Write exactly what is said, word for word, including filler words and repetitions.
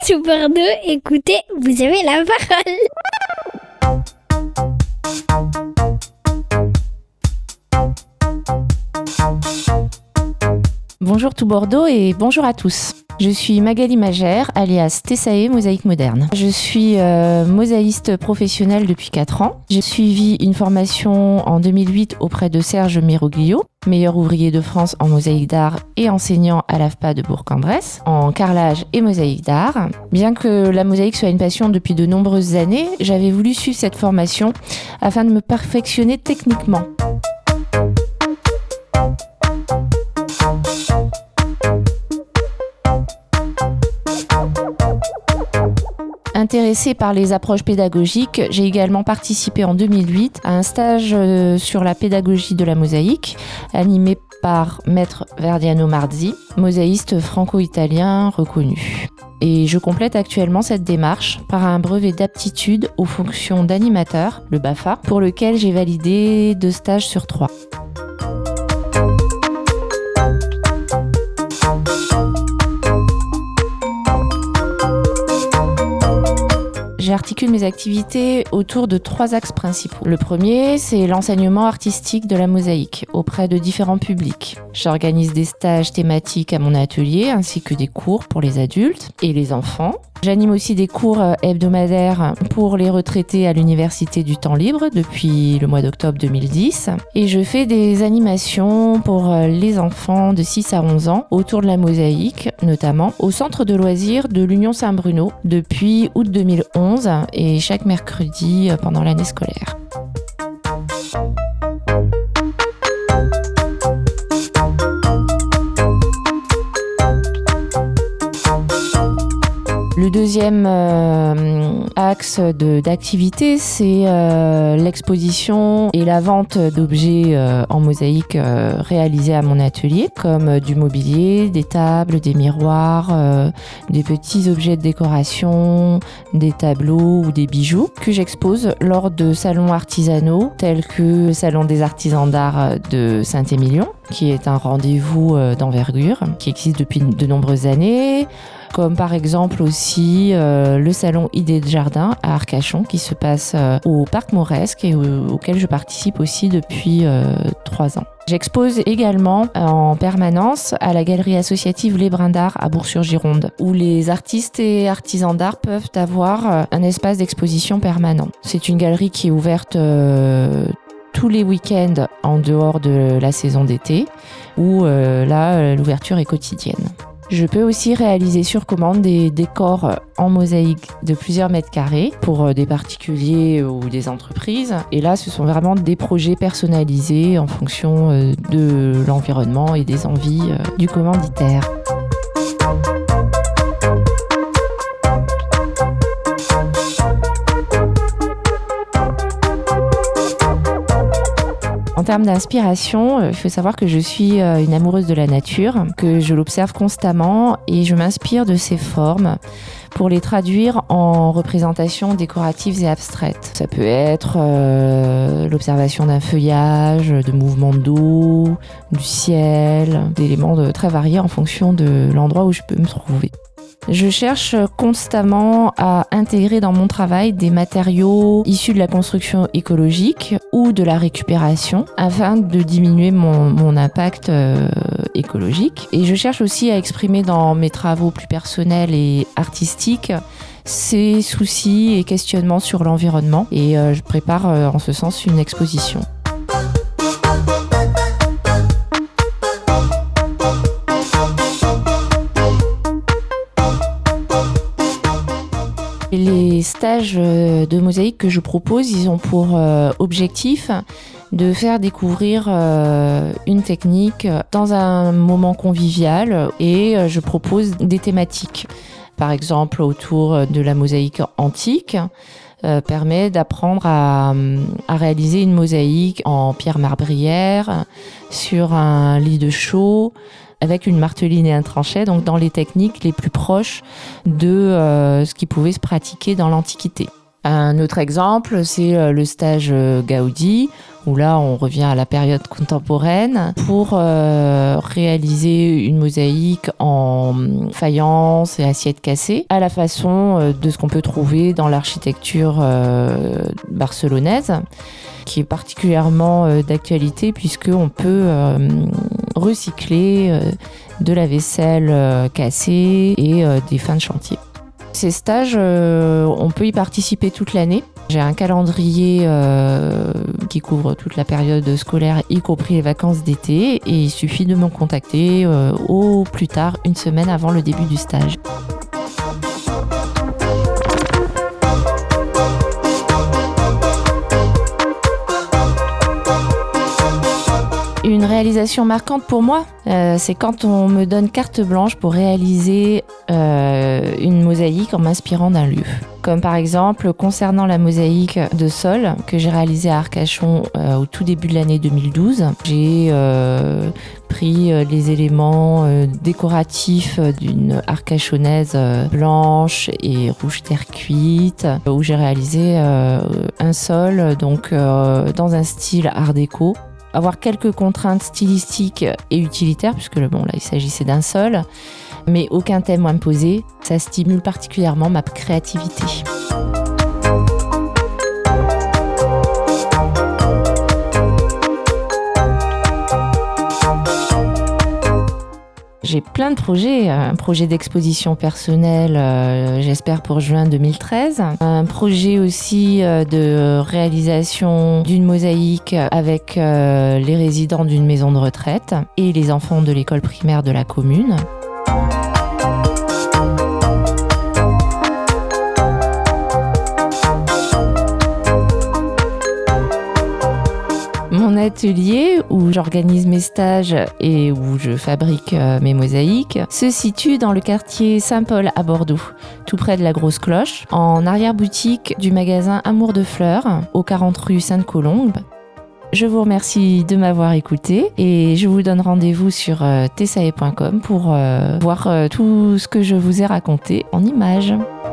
Sous Bordeaux, écoutez, vous avez la parole. Bonjour tout Bordeaux et bonjour à tous. Je suis Magali Magère, alias Tessae Mosaïque Moderne. Je suis euh, mosaïste professionnelle depuis quatre ans. J'ai suivi une formation en deux mille huit auprès de Serge Méroglio, meilleur ouvrier de France en mosaïque d'art et enseignant à l'A F P A de Bourg-en-Bresse, en carrelage et mosaïque d'art. Bien que la mosaïque soit une passion depuis de nombreuses années, j'avais voulu suivre cette formation afin de me perfectionner techniquement. Intéressée par les approches pédagogiques, j'ai également participé en deux mille huit à un stage sur la pédagogie de la mosaïque, animé par Maître Verdiano Marzi, mosaïste franco-italien reconnu. Et je complète actuellement cette démarche par un brevet d'aptitude aux fonctions d'animateur, le BAFA, pour lequel j'ai validé deux stages sur trois. J'articule mes activités autour de trois axes principaux. Le premier, c'est l'enseignement artistique de la mosaïque auprès de différents publics. J'organise des stages thématiques à mon atelier ainsi que des cours pour les adultes et les enfants. J'anime aussi des cours hebdomadaires pour les retraités à l'Université du Temps Libre depuis le mois d'octobre deux mille dix. Et je fais des animations pour les enfants de six à onze ans autour de la mosaïque, notamment au centre de loisirs de l'Union Saint-Bruno depuis août deux mille onze et chaque mercredi pendant l'année scolaire. Le deuxième euh, axe de, d'activité, c'est euh, l'exposition et la vente d'objets euh, en mosaïque euh, réalisés à mon atelier, comme euh, du mobilier, des tables, des miroirs, euh, des petits objets de décoration, des tableaux ou des bijoux que j'expose lors de salons artisanaux tels que le Salon des artisans d'art de Saint-Émilion, qui est un rendez-vous euh, d'envergure qui existe depuis de nombreuses années, comme par exemple aussi euh, le salon Idées de Jardin à Arcachon qui se passe euh, au Parc Mauresque et au, auquel je participe aussi depuis euh, trois ans. J'expose également en permanence à la galerie associative Les Brins d'Art à Bourg-sur-Gironde, où les artistes et artisans d'art peuvent avoir un espace d'exposition permanent. C'est une galerie qui est ouverte euh, tous les week-ends en dehors de la saison d'été, où euh, là, l'ouverture est quotidienne. Je peux aussi réaliser sur commande des décors en mosaïque de plusieurs mètres carrés pour des particuliers ou des entreprises. Et là, ce sont vraiment des projets personnalisés en fonction de l'environnement et des envies du commanditaire. En termes d'inspiration, il faut savoir que je suis une amoureuse de la nature, que je l'observe constamment et je m'inspire de ses formes pour les traduire en représentations décoratives et abstraites. Ça peut être euh, l'observation d'un feuillage, de mouvements d'eau, du ciel, d'éléments de, très variés en fonction de l'endroit où je peux me trouver. Je cherche constamment à intégrer dans mon travail des matériaux issus de la construction écologique ou de la récupération afin de diminuer mon, mon impact euh, écologique. Et je cherche aussi à exprimer dans mes travaux plus personnels et artistiques ces soucis et questionnements sur l'environnement. Et euh, je prépare euh, en ce sens une exposition. Les stages de mosaïque que je propose, ils ont pour euh, objectif de faire découvrir euh, une technique dans un moment convivial et euh, je propose des thématiques. Par exemple, autour de la mosaïque antique, euh, permet d'apprendre à, à réaliser une mosaïque en pierre marbrière sur un lit de chaux, avec une marteline et un tranchet, donc dans les techniques les plus proches de euh, ce qui pouvait se pratiquer dans l'Antiquité. Un autre exemple, c'est le stage Gaudi, où là, on revient à la période contemporaine pour euh, réaliser une mosaïque en faïence et assiette cassée, à la façon de ce qu'on peut trouver dans l'architecture euh, barcelonaise, qui est particulièrement euh, d'actualité puisqu'on peut euh, recycler euh, de la vaisselle euh, cassée et euh, des fins de chantier. Ces stages, euh, on peut y participer toute l'année. J'ai un calendrier euh, qui couvre toute la période scolaire, y compris les vacances d'été, et il suffit de me contacter euh, au plus tard une semaine avant le début du stage. Une réalisation marquante pour moi, euh, c'est quand on me donne carte blanche pour réaliser euh, une mosaïque en m'inspirant d'un lieu. Comme par exemple concernant la mosaïque de sol que j'ai réalisée à Arcachon euh, au tout début de l'année deux mille douze. J'ai euh, pris euh, les éléments euh, décoratifs d'une arcachonnaise euh, blanche et rouge terre cuite, où j'ai réalisé euh, un sol donc euh, dans un style art déco. Avoir quelques contraintes stylistiques et utilitaires, puisque bon, là, il s'agissait d'un sol, mais aucun thème imposé. Ça stimule particulièrement ma créativité. J'ai plein de projets, un projet d'exposition personnelle, euh, j'espère pour juin deux mille treize, un projet aussi euh, de réalisation d'une mosaïque avec euh, les résidents d'une maison de retraite et les enfants de l'école primaire de la commune. Mon atelier où j'organise mes stages et où je fabrique mes mosaïques se situe dans le quartier Saint-Paul à Bordeaux, tout près de la Grosse Cloche, en arrière-boutique du magasin Amour de Fleurs, au quarante rue Sainte-Colombe. Je vous remercie de m'avoir écouté et je vous donne rendez-vous sur tessae point com pour voir tout ce que je vous ai raconté en images.